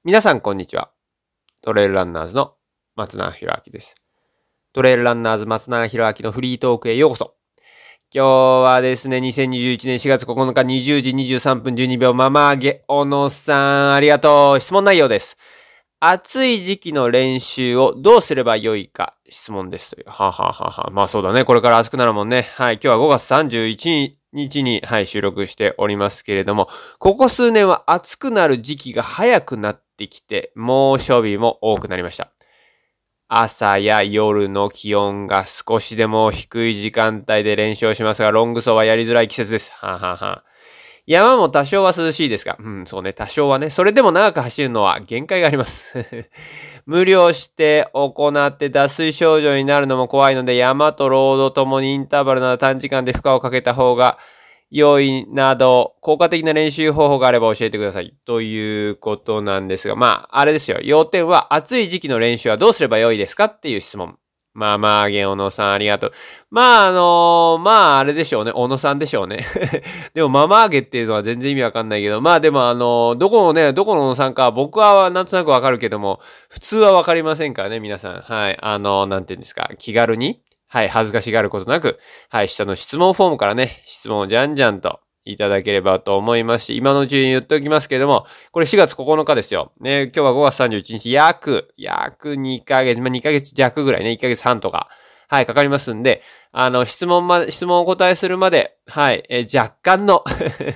皆さんこんにちは。トレイルランナーズの松永博明です。トレイルランナーズ松永博明のフリートークへようこそ。今日はですね、2021年4月9日20時23分12秒、ママ上げ、小野さん、ありがとう。質問内容です。暑い時期の練習をどうすればよいか質問です。まあそうだね。これから暑くなるもんね。はい。今日は5月31日に、収録しておりますけれども、ここ数年は暑くなる時期が早くなってきて、猛暑日も多くなりました。朝や夜の気温が少しでも低い時間帯で練習をしますが、ロング走はやりづらい季節です。山も多少は涼しいですが、そうね、多少はね。それでも長く走るのは限界があります。無理をして行って脱水症状になるのも怖いので、山とロードともにインターバルなど短時間で負荷をかけた方が良いなど、効果的な練習方法があれば教えてください。ということなんですが、あれですよ。要点は、暑い時期の練習はどうすれば良いですかっていう質問。小野さんありがとう。あれでしょうね。小野さんでしょうね。でも、ママ上げっていうのは全然意味わかんないけど、どこの小野さんか、僕はなんとなくわかるけども、普通はわかりませんからね、皆さん。はい。なんていうんですか、気軽に、恥ずかしがることなく、下の質問フォームからね、質問をじゃんじゃんといただければと思いますし、今のうちに言っておきますけれども、これ4月9日ですよ。ね、今日は5月31日、約2ヶ月、2ヶ月弱ぐらいね、1ヶ月半とか、かかりますんで、質問をお答えするまで、若干の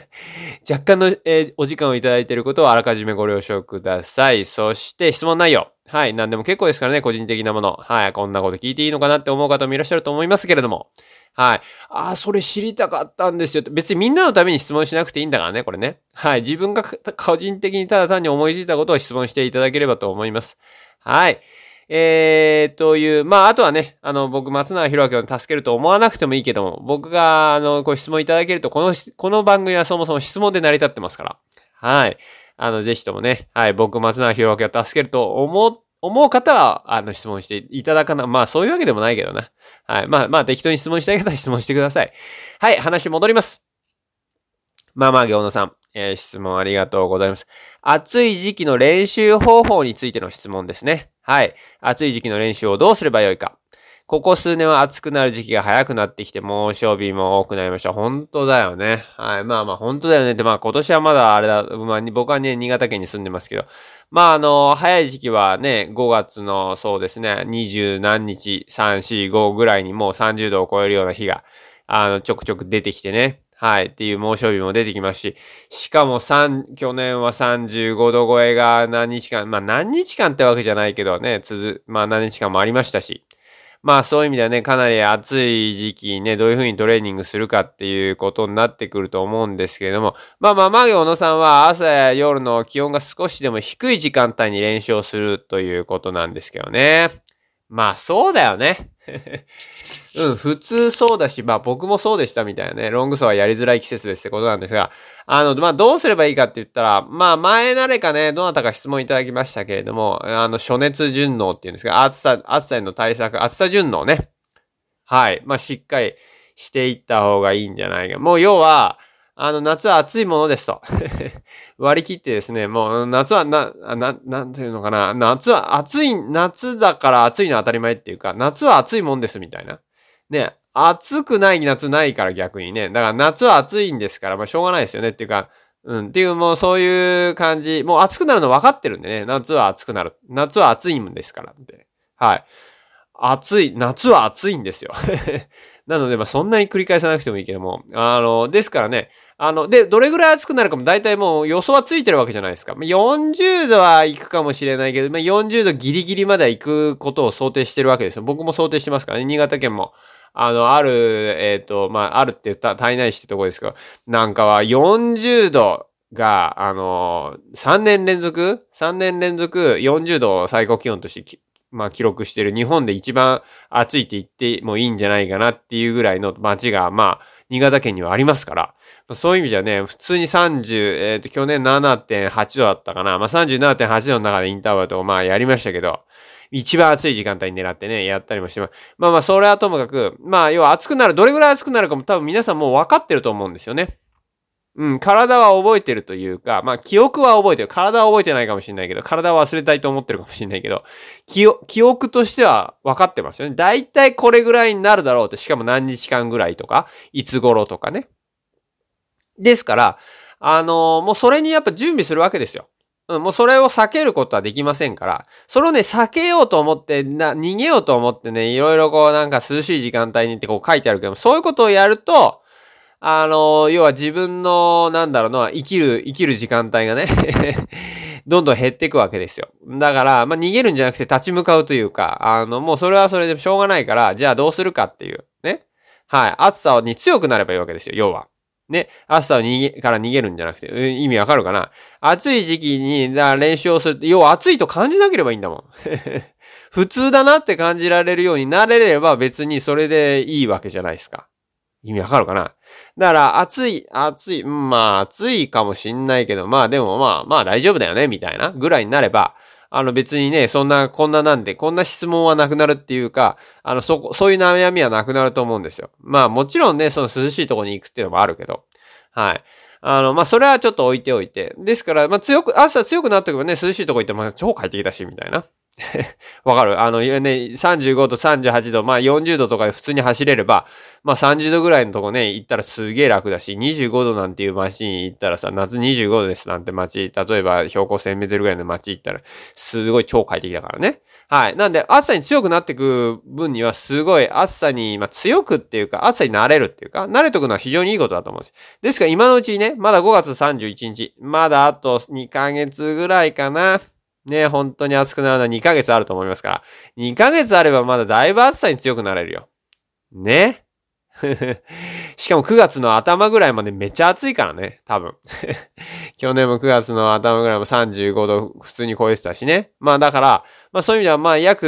お時間をいただいていることをあらかじめご了承ください。そして、質問内容。何でも結構ですからね、個人的なもの。こんなこと聞いていいのかなって思う方もいらっしゃると思いますけれども。それ知りたかったんですよ。別にみんなのために質問しなくていいんだからね、これね。自分が個人的にただ単に思いついたことを質問していただければと思います。あとはね、僕、松永博明を助けると思わなくてもいいけども、僕が、ご質問いただけると、この番組はそもそも質問で成り立ってますから。ぜひともね、僕、松永博明を助けると思う方は、質問していただかな。そういうわけでもないけどな。適当に質問したい方は質問してください。話戻ります。小野さん。質問ありがとうございます。暑い時期の練習方法についての質問ですね。暑い時期の練習をどうすればよいか。ここ数年は暑くなる時期が早くなってきて、猛暑日も多くなりました。本当だよね。本当だよねって、今年はまだあれだ、僕はね、新潟県に住んでますけど、早い時期はね、5月の、そうですね、20何日、3、4、5ぐらいにもう30度を超えるような日が、ちょくちょく出てきてね。っていう猛暑日も出てきますし、しかも去年は35度超えが何日間、何日間ってわけじゃないけどね、何日間もありましたし。そういう意味ではね、かなり暑い時期にね、どういう風にトレーニングするかっていうことになってくると思うんですけれども、小野さんは朝や夜の気温が少しでも低い時間帯に練習をするということなんですけどね。そうだよね。普通そうだし、僕もそうでしたみたいなね、ロング走はやりづらい季節ですってことなんですが、どうすればいいかって言ったら、前誰かね、どなたか質問いただきましたけれども、暑熱順応っていうんですが、暑さへの対策、暑さ順応ね。しっかりしていった方がいいんじゃないか。もう要は、夏は暑いものですと。割り切ってですね、もう夏はなんていうのかな。夏は暑い、夏だから暑いのは当たり前っていうか、夏は暑いもんですみたいな。ね、暑くない夏ないから逆にね。だから夏は暑いんですから、しょうがないですよねっていうか、っていうもうそういう感じ。もう暑くなるの分かってるんでね。夏は暑くなる。夏は暑いんですからって。夏は暑いんですよ。なので、そんなに繰り返さなくてもいいけども、ですからね、どれぐらい暑くなるかも大体もう予想はついてるわけじゃないですか。40度は行くかもしれないけど、40度ギリギリまでは行くことを想定してるわけですよ。僕も想定してますからね。新潟県も、あるって言った胎内市ってとこですけど、なんかは40度が、3年連続40度を最高気温として記録してる日本で一番暑いって言ってもいいんじゃないかなっていうぐらいの街が、新潟県にはありますから、そういう意味じゃね、普通に去年 7.8 度だったかな。37.8 度の中でインターバルとかやりましたけど、一番暑い時間帯に狙ってね、やったりもしてます。それはともかく、要は暑くなる、どれぐらい暑くなるかも多分皆さんもう分かってると思うんですよね。 体は覚えてるというか、まあ、記憶は覚えてる。体は覚えてないかもしれないけど、体は忘れたいと思ってるかもしれないけど、記憶としては分かってますよね。だいたいこれぐらいになるだろうと、しかも何日間ぐらいとか、いつ頃とかね。ですから、もうそれにやっぱ準備するわけですよ。もうそれを避けることはできませんから、それをね、避けようと思って、逃げようと思ってね、いろいろこうなんか涼しい時間帯にってこう書いてあるけども、そういうことをやると、要は自分の、生きる時間帯がねどんどん減っていくわけですよ。だから、まあ、逃げるんじゃなくて立ち向かうというか、もうそれはそれでしょうがないから、じゃあどうするかっていう、ね。はい。暑さに強くなればいいわけですよ、要は。ね。暑さから逃げるんじゃなくて、意味わかるかな？暑い時期に練習をすると、要は暑いと感じなければいいんだもん。普通だなって感じられるようになれれば別にそれでいいわけじゃないですか。意味わかるかな？だから、暑い、まあ暑いかもしんないけど、まあでもまあ大丈夫だよね、みたいなぐらいになれば、別にね、こんな質問はなくなるっていうか、そういう悩みはなくなると思うんですよ。まあもちろんね、その涼しいところに行くっていうのもあるけど、はい。まあそれはちょっと置いておいて。ですから、まあ朝強くなってくればね、涼しいとこ行っても超快適だし、みたいな。わかる？35度、38度、まあ40度とかで普通に走れれば、まあ30度ぐらいのとこね、行ったらすげえ楽だし、25度なんていう街に行ったらさ、夏25度ですなんて街、例えば標高1000メートルぐらいの街行ったら、すごい超快適だからね。はい。なんで、暑さに強くなっていく分には、すごい暑さに、まあ強くっていうか、暑さに慣れるっていうか、慣れとくのは非常にいいことだと思うんです。ですから今のうちにね、まだ5月31日、まだあと2ヶ月ぐらいかな。ね、本当に暑くなるのは2ヶ月あると思いますから、2ヶ月あればまだだいぶ暑さに強くなれるよ。ね。しかも9月の頭ぐらいまでめっちゃ暑いからね、多分。去年も9月の頭ぐらいも35度普通に超えてたしね。まあだから、まあそういう意味ではまあ約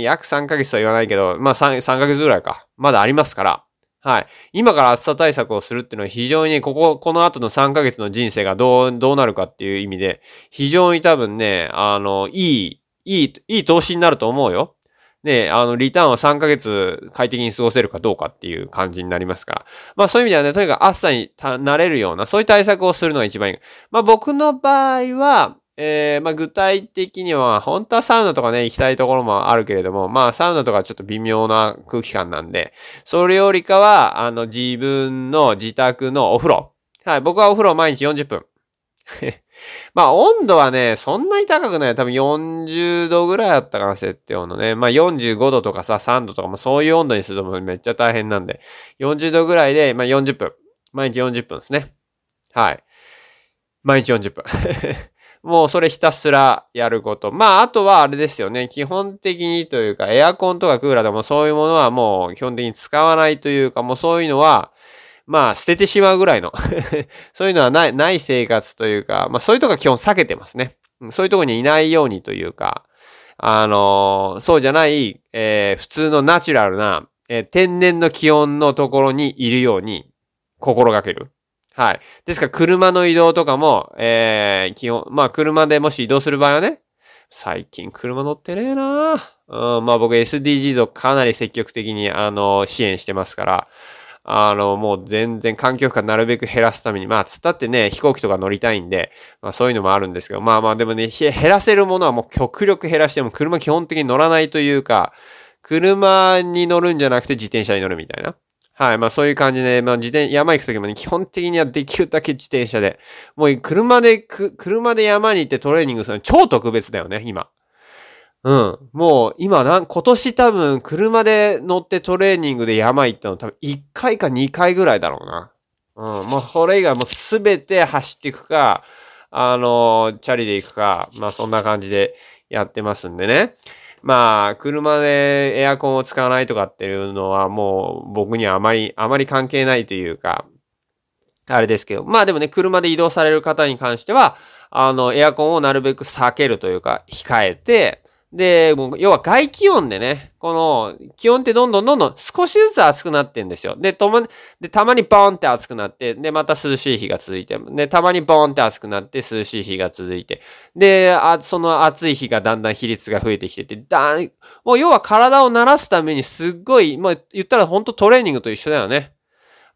3ヶ月とは言わないけど、まあ3ヶ月ぐらいか。まだありますから。はい。今から暑さ対策をするっていうのは非常にこの後の3ヶ月の人生がどうなるかっていう意味で、非常に多分ね、いい投資になると思うよ。ね、リターンは3ヶ月快適に過ごせるかどうかっていう感じになりますから。まあそういう意味ではね、とにかく暑さに慣れるような、そういう対策をするのが一番いい。まあ僕の場合は、まあ具体的には、本当はサウナとかね、行きたいところもあるけれども、まあサウナとかちょっと微妙な空気感なんで、それよりかは、自分の自宅のお風呂。はい、僕はお風呂毎日40分。まあ温度はね、そんなに高くない。多分40度ぐらいあったかな、設定温度ね。まあ45度とかさ、3度とかもそういう温度にするとめっちゃ大変なんで、40度ぐらいで、まあ40分。毎日40分ですね。はい。毎日40分。もうそれひたすらやること。まあ、あとはあれですよね。基本的にというか、エアコンとかクーラーでもそういうものはもう基本的に使わないというか、もうそういうのは、まあ、捨ててしまうぐらいのそういうのはない生活というか、まあそういうとこは基本避けてますね。そういうとこにいないようにというか、そうじゃない、普通のナチュラルな、天然の気温のところにいるように心がける。はい。ですから車の移動とかも、基本、まあ車でもし移動する場合はね、最近車乗ってねえなまあ僕 SDGs をかなり積極的に支援してますから、もう全然環境負荷なるべく減らすために、まあ、つったってね、飛行機とか乗りたいんで、まあそういうのもあるんですけど、まあまあでもね、減らせるものはもう極力減らしても、車基本的に乗らないというか、車に乗るんじゃなくて自転車に乗るみたいな。はい。まあそういう感じで、まあ山行くときもね、基本的にはできるだけ自転車で。もう車で山に行ってトレーニングするの超特別だよね、今。うん。もう、今今年多分、車で乗ってトレーニングで山行ったの多分1回か2回ぐらいだろうな。うん。もう、それ以外もうすべて走っていくか、チャリで行くか、まあそんな感じでやってますんでね。まあ、車でエアコンを使わないとかっていうのはもう僕にはあまり関係ないというか、あれですけど。まあでもね、車で移動される方に関しては、エアコンをなるべく避けるというか、控えて、で、もう要は外気温でね、この気温ってどんどん少しずつ暑くなってんですよ。で、たまにボーンって暑くなって、で、また涼しい日が続いて、で、たまにボーンって暑くなって涼しい日が続いて、で、その暑い日がだんだん比率が増えてきてて、もう要は体を慣らすためにすっごい、まあ言ったらほんとトレーニングと一緒だよね。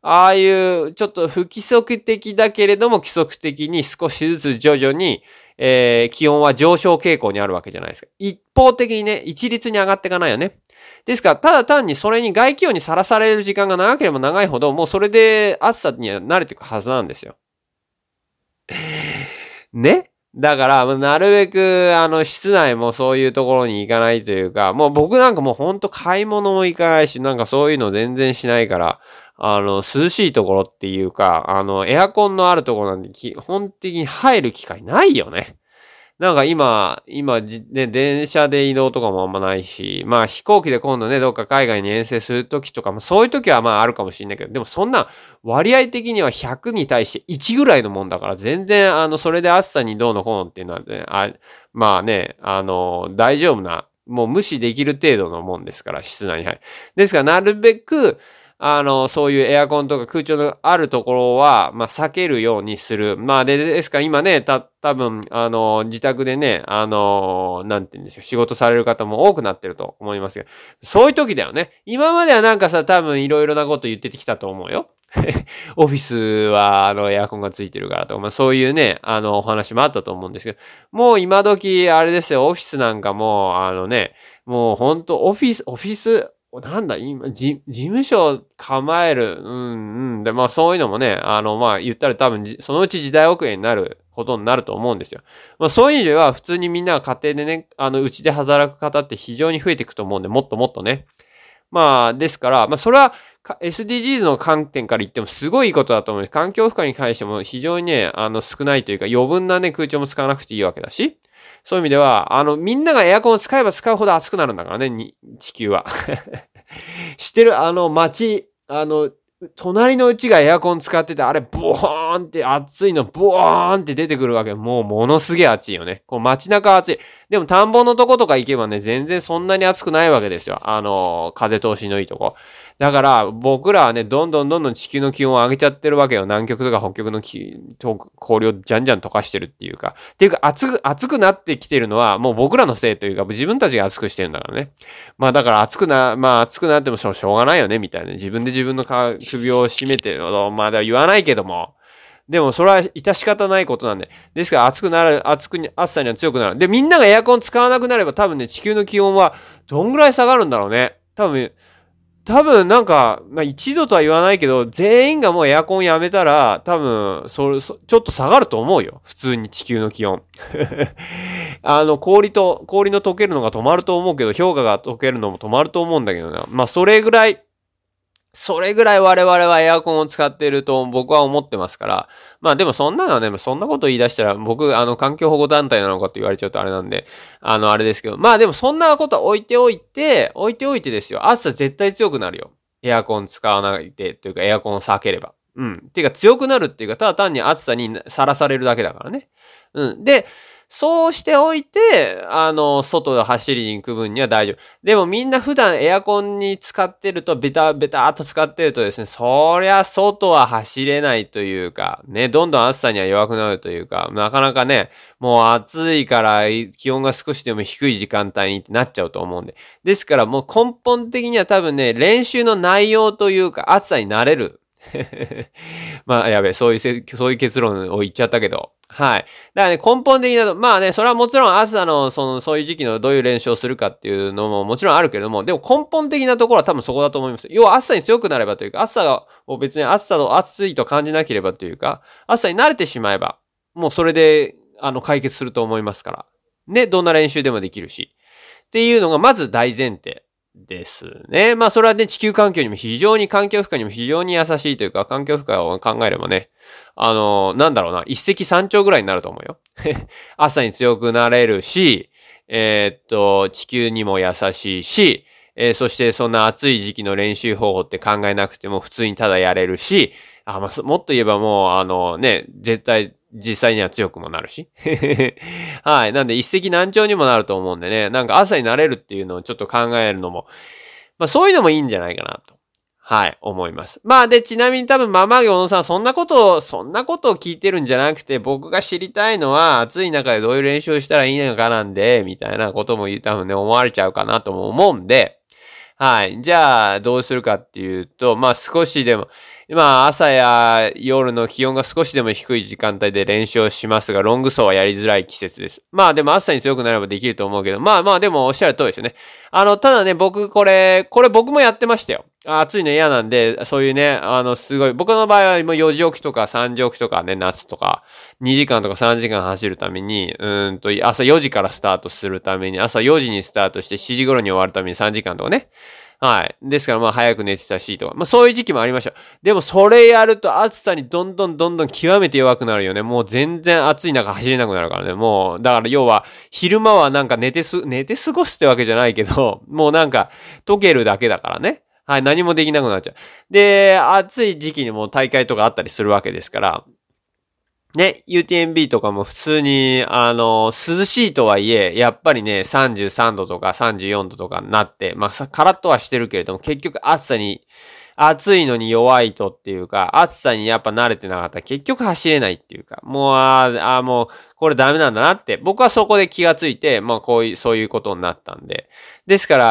ああいうちょっと不規則的だけれども規則的に少しずつ徐々に、気温は上昇傾向にあるわけじゃないですか。一方的にね、一律に上がっていかないよね。ですから、ただ単にそれに外気温にさらされる時間が長ければ長いほど、もうそれで暑さには慣れていくはずなんですよ。ね。だから、なるべく、室内もそういうところに行かないというか、もう僕なんかもうほんと買い物も行かないし、なんかそういうの全然しないから、涼しいところっていうか、エアコンのあるところなんで、基本的に入る機会ないよね。なんか今、ね、電車で移動とかもあんまないし、まあ飛行機で今度ね、どっか海外に遠征するときとかも、そういうときはまああるかもしれないけど、でもそんな割合的には100に対して1ぐらいのもんだから、全然それで暑さにどうのこうのっていうのはね、まあね、大丈夫な、もう無視できる程度のもんですから、室内に入る。ですからなるべく、そういうエアコンとか空調のあるところは、まあ、避けるようにする。まあ、ですから今ね、多分、自宅でね、なんて言うんでしょう、仕事される方も多くなってると思いますけど、そういう時だよね。今まではなんかさ、多分いろいろなこと言ってきたと思うよ。オフィスは、エアコンがついてるからとか、まあ、そういうね、お話もあったと思うんですけど、もう今時、あれですよ、オフィスなんかも、もうほんと、オフィス、なんだ、今、事務所構える。で、まあそういうのもね、まあ言ったら多分、そのうち時代遅れになることになると思うんですよ。まあそういう意味では、普通にみんなが家庭でね、うちで働く方って非常に増えていくと思うんで、もっともっとね。まあ、ですから、まあそれは、SDGs の観点から言ってもすごいいいことだと思うんです。環境負荷に関しても非常にね、少ないというか、余分なね、空調も使わなくていいわけだし、そういう意味では、みんながエアコンを使えば使うほど暑くなるんだからね、地球は。知ってる隣のうちがエアコン使ってて、あれ、ボーンって暑いの、ボーンって出てくるわけ。もう、ものすげえ暑いよね。こう、街中暑い。でも、田んぼのとことか行けばね、全然そんなに暑くないわけですよ。風通しのいいとこ。だから、僕らはね、どんどん地球の気温を上げちゃってるわけよ。南極とか北極の氷をじゃんじゃん溶かしてるっていうか。っていうか、暑くなってきてるのは、もう僕らのせいというか、自分たちが暑くしてるんだからね。まあだから暑くなってもしょうがないよね、みたいな。自分で自分の首を絞めてるの、まだ言わないけども。でもそれは致し方ないことなんで。ですから暑さには強くなる。で、みんながエアコン使わなくなれば多分ね、地球の気温はどんぐらい下がるんだろうね。多分なんか、まあ、1度とは言わないけど、全員がもうエアコンやめたら、多分、ちょっと下がると思うよ。普通に地球の気温。氷の溶けるのが止まると思うけど、氷河が溶けるのも止まると思うんだけどな。まあ、それぐらい我々はエアコンを使っていると僕は思ってますから。まあでもそんなのはね、そんなこと言い出したら僕、環境保護団体なのかって言われちゃうとあれなんで、あれですけど。まあでもそんなことは置いておいてですよ。暑さ絶対強くなるよ。エアコン使わないで、というかエアコンを避ければ。っていうか強くなるっていうか、ただ単に暑さにさらされるだけだからね。で、そうしておいて、外で走りに行く分には大丈夫。でもみんな普段エアコンに使ってると、ベターっと使ってるとですね、そりゃ外は走れないというか、ね、どんどん暑さには弱くなるというか、なかなかね、もう暑いから気温が少しでも低い時間帯にってなっちゃうと思うんで。ですからもう根本的には多分ね、練習の内容というか、暑さに慣れる。まあ、やべえ、そういう結論を言っちゃったけど。はい。だからね、根本的な、まあね、それはもちろん朝の、そういう時期のどういう練習をするかっていうのももちろんあるけれども、でも根本的なところは多分そこだと思います。要は暑さに強くなればというか、別に暑いと感じなければというか、暑さに慣れてしまえば、もうそれで、解決すると思いますから。ね、どんな練習でもできるし。っていうのがまず大前提。ですね。まあそれはね、地球環境にも環境負荷にも非常に優しいというか、環境負荷を考えればね、なんだろうな、一石三鳥ぐらいになると思うよ。朝に強くなれるし、地球にも優しいし、そしてそんな暑い時期の練習方法って考えなくても普通にただやれるし、まあ、もっと言えばもう、絶対、実際には強くもなるし。はい。なんで一石何鳥にもなると思うんでね。なんか朝になれるっていうのをちょっと考えるのも、まあそういうのもいいんじゃないかなと。はい、思います。まあで、ちなみに多分ママ行のさん、そんなことを聞いてるんじゃなくて、僕が知りたいのは、暑い中でどういう練習をしたらいいのかなんで、みたいなことも多分ね、思われちゃうかなとも思うんで、 はい。じゃあ、どうするかっていうと、まあ少しでも、まあ朝や夜の気温が少しでも低い時間帯で練習をしますが、ロング走はやりづらい季節です。まあでも暑さに強くなればできると思うけど、まあまあでもおっしゃる通りですよね。ただね、僕これ僕もやってましたよ。暑いの嫌なんで、そういうね、すごい、僕の場合はもう4時起きとか3時起きとかね、夏とか、2時間とか3時間走るために、朝4時からスタートするために、朝4時にスタートして7時頃に終わるために3時間とかね。はい。ですからまあ早く寝てたしとか。まあそういう時期もありました。でもそれやると暑さにどんどん極めて弱くなるよね。もう全然暑い中走れなくなるからね。もう、だから要は昼間はなんか寝て過ごすってわけじゃないけど、もうなんか溶けるだけだからね。はい。何もできなくなっちゃう。で、暑い時期にも大会とかあったりするわけですから、ね、UTMB とかも普通に、涼しいとはいえ、やっぱりね、33度とか34度とかになって、まあ、カラッとはしてるけれども、結局暑いのに弱いとっていうか、暑さにやっぱ慣れてなかったら結局走れないっていうか、もう、もう、これダメなんだなって、僕はそこで気がついて、まあ、そういうことになったんで。ですから、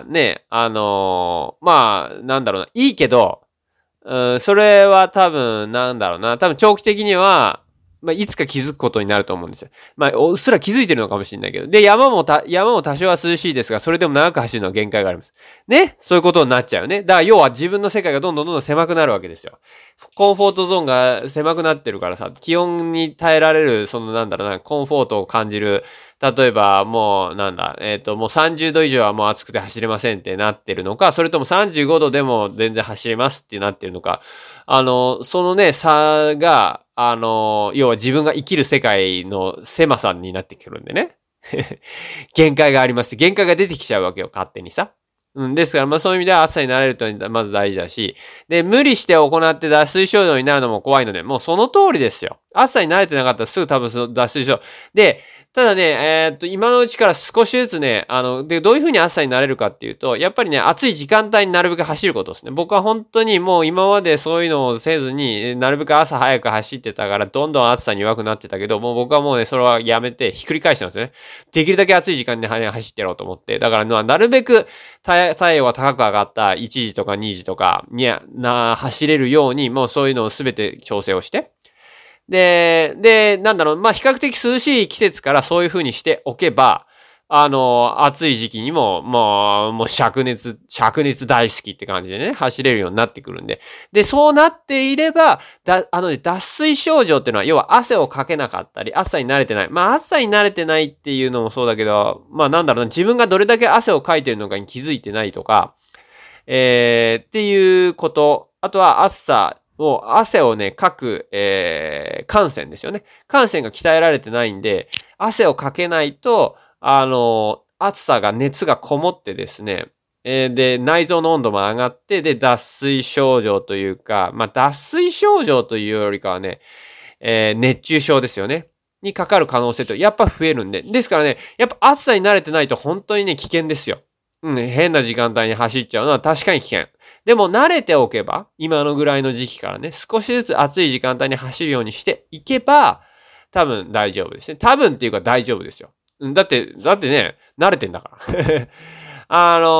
ね、まあ、なんだろうな、いいけど、それは多分、なんだろうな、多分長期的には、まあ、いつか気づくことになると思うんですよ。まあ、うっすら気づいてるのかもしれないけど。で、山も多少は涼しいですが、それでも長く走るのは限界があります。ね、そういうことになっちゃうね。だから、要は自分の世界がどんどん狭くなるわけですよ。コンフォートゾーンが狭くなってるからさ、気温に耐えられる、なんだろうな、コンフォートを感じる。例えば、もう、なんだ、もう30度以上はもう暑くて走れませんってなってるのか、それとも35度でも全然走れますってなってるのか。そのね、差が、要は自分が生きる世界の狭さになってくるんでね。限界がありますって、限界が出てきちゃうわけよ、勝手にさ。うん、ですから、まあそういう意味では暑さになれるとまず大事だし、で、無理して行って脱水症状になるのも怖いので、もうその通りですよ。暑さに慣れてなかったらすぐ多分その脱水症。で、ただね、今のうちから少しずつね、で、どういう風に暑さになれるかっていうと、やっぱりね、暑い時間帯になるべく走ることですね。僕は本当にもう今までそういうのをせずに、なるべく朝早く走ってたから、どんどん暑さに弱くなってたけど、もう僕はもうね、それはやめて、ひっくり返したんですね。できるだけ暑い時間に走ってやろうと思って。だから、なるべく太陽が高く上がった1時とか2時とかに走れるように、もうそういうのをすべて調整をして。で、なんだろう、まあ、比較的涼しい季節からそういう風にしておけば、暑い時期にも、もう灼熱大好きって感じでね、走れるようになってくるんで。で、そうなっていれば、脱水症状っていうのは、要は汗をかけなかったり、暑さに慣れてない。まあ、暑さに慣れてないっていうのもそうだけど、まあ、なんだろうな、自分がどれだけ汗をかいてるのかに気づいてないとか、っていうこと。あとは汗をね、かく、汗腺ですよね。汗腺が鍛えられてないんで、汗をかけないと、暑さが熱がこもってですね、で、内臓の温度も上がって、で、脱水症状というか、まあ、脱水症状というよりかはね、熱中症ですよね。にかかる可能性と、やっぱ増えるんで。ですからね、やっぱ暑さに慣れてないと本当にね、危険ですよ。うん、変な時間帯に走っちゃうのは確かに危険。でも慣れておけば、今のぐらいの時期からね、少しずつ暑い時間帯に走るようにしていけば、多分大丈夫ですね。多分っていうか大丈夫ですよ。だってね、慣れてんだから。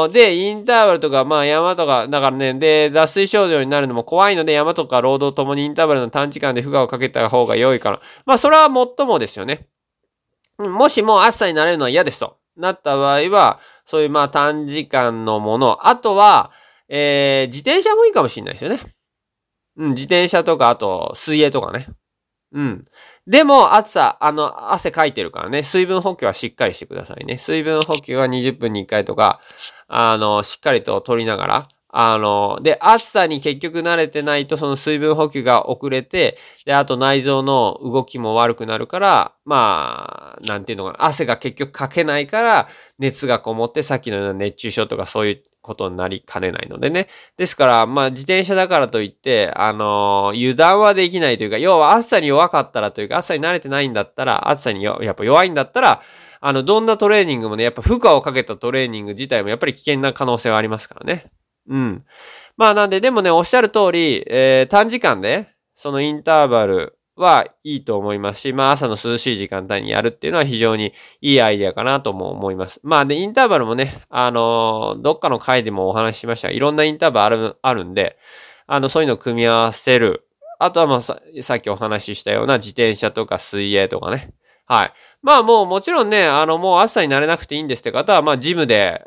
で、インターバルとか、まあ山とか、だからね、で、脱水症状になるのも怖いので、山とか労働ともにインターバルの短時間で負荷をかけた方が良いから。まあ、それはもっともですよね。もしも暑さになれるのは嫌ですと。なった場合は、そういうまあ短時間のもの。あとは、自転車もいいかもしれないですよね。うん、自転車とか、あと、水泳とかね。うん。でも、汗かいてるからね、水分補給はしっかりしてくださいね。水分補給は20分に1回とか、しっかりと取りながら、で、暑さに結局慣れてないと、その水分補給が遅れて、で、あと内臓の動きも悪くなるから、まあ、なんていうのかな、汗が結局かけないから、熱がこもって、さっきのような熱中症とかそういうことになりかねないのでね。ですから、まあ、自転車だからといって、油断はできないというか、要は暑さに弱かったらというか、暑さに慣れてないんだったら、暑さにやっぱ弱いんだったら、どんなトレーニングもね、やっぱ負荷をかけたトレーニング自体もやっぱり危険な可能性はありますからね。うん。まあなんで、でもね、おっしゃる通り、短時間で、そのインターバルはいいと思いますし、まあ朝の涼しい時間帯にやるっていうのは非常にいいアイデアかなとも思います。まあで、インターバルもね、どっかの回でもお話ししましたが、いろんなインターバルあるんで、そういうのを組み合わせる。あとはまあさっきお話ししたような自転車とか水泳とかね。はい。まあもちろんね、もう暑さになれなくていいんですって方は、まあジムで、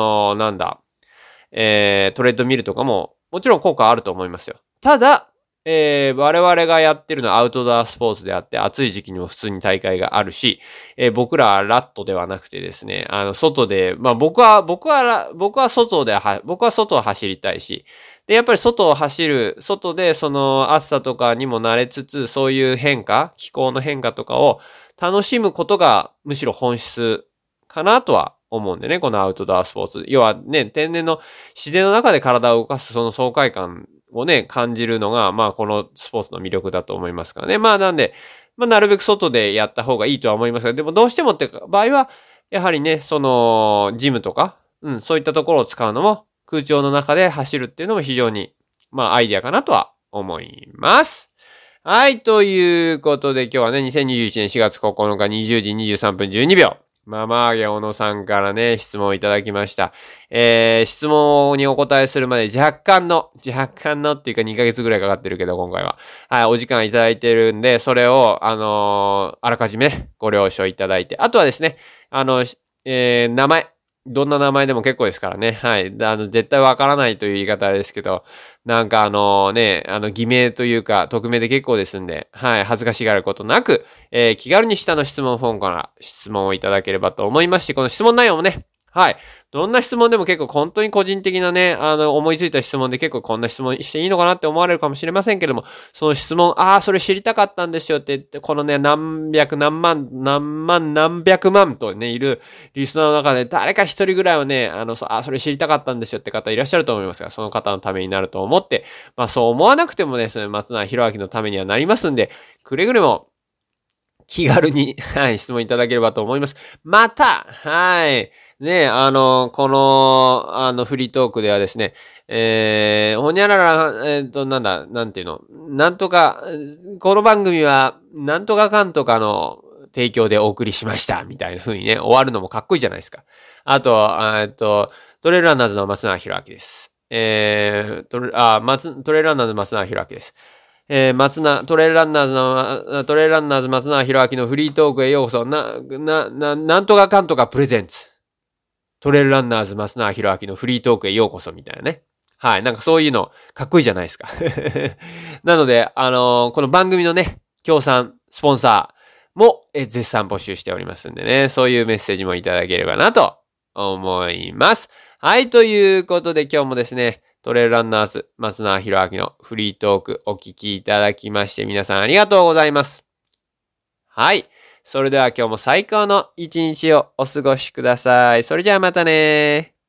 トレッドミルとかも、もちろん効果あると思いますよ。ただ、我々がやってるのはアウトドアスポーツであって、暑い時期にも普通に大会があるし、僕らはラットではなくてですね、外で、まあ僕は外を走りたいし、で、やっぱり外でその暑さとかにも慣れつつ、そういう気候の変化とかを楽しむことがむしろ本質かなとは思うんでね、このアウトドアスポーツ。要はね、天然の自然の中で体を動かすその爽快感をね、感じるのが、まあこのスポーツの魅力だと思いますからね。まあなんで、まあなるべく外でやった方がいいとは思いますが、でもどうしてもって場合は、やはりね、ジムとか、そういったところを使うのも、空調の中で走るっていうのも非常に、まあアイデアかなとは思います。はい、ということで今日はね、2021年4月9日20時23分12秒。ママーゲ小野さんからね、質問をいただきました。質問にお答えするまで若干のっていうか2ヶ月ぐらいかかってるけど、今回は。はい、お時間いただいてるんで、それを、あらかじめご了承いただいて、あとはですね、名前。どんな名前でも結構ですからね。はい。絶対わからないという言い方ですけど、なんか偽名というか、匿名で結構ですんで、はい。恥ずかしがることなく、気軽に下の質問フォームから質問をいただければと思いますし、この質問内容もね、はい。どんな質問でも結構本当に個人的なね、思いついた質問で結構こんな質問していいのかなって思われるかもしれませんけども、その質問、それ知りたかったんですよって言って、このね、何百万とね、いるリスナーの中で誰か一人ぐらいはね、それ知りたかったんですよって方いらっしゃると思いますが、その方のためになると思って、まあそう思わなくてもね、その松永博明のためにはなりますんで、くれぐれも、気軽に、はい、質問いただければと思います。また、はい、ね、フリートークではですね、ほにゃらら、なんていうの、なんとか、この番組は、なんとかかんとかの提供でお送りしました、みたいな風にね、終わるのもかっこいいじゃないですか。あと、トレイルランナーズの松永博明です。トレイルランナーズ松永博明です。トレイルランナーズ松永博明のフリートークへようこそ。なんとかかんとかプレゼンツ。トレイルランナーズ松永博明のフリートークへようこそみたいなね。はい。なんかそういうの、かっこいいじゃないですか。なので、この番組のね、協賛、スポンサーも、絶賛募集しておりますんでね、そういうメッセージもいただければなと思います。はい。ということで今日もですね、トレイルランナーズ松永博明のフリートークお聞きいただきまして皆さんありがとうございます。はい。それでは今日も最高の一日をお過ごしください。それじゃあまたね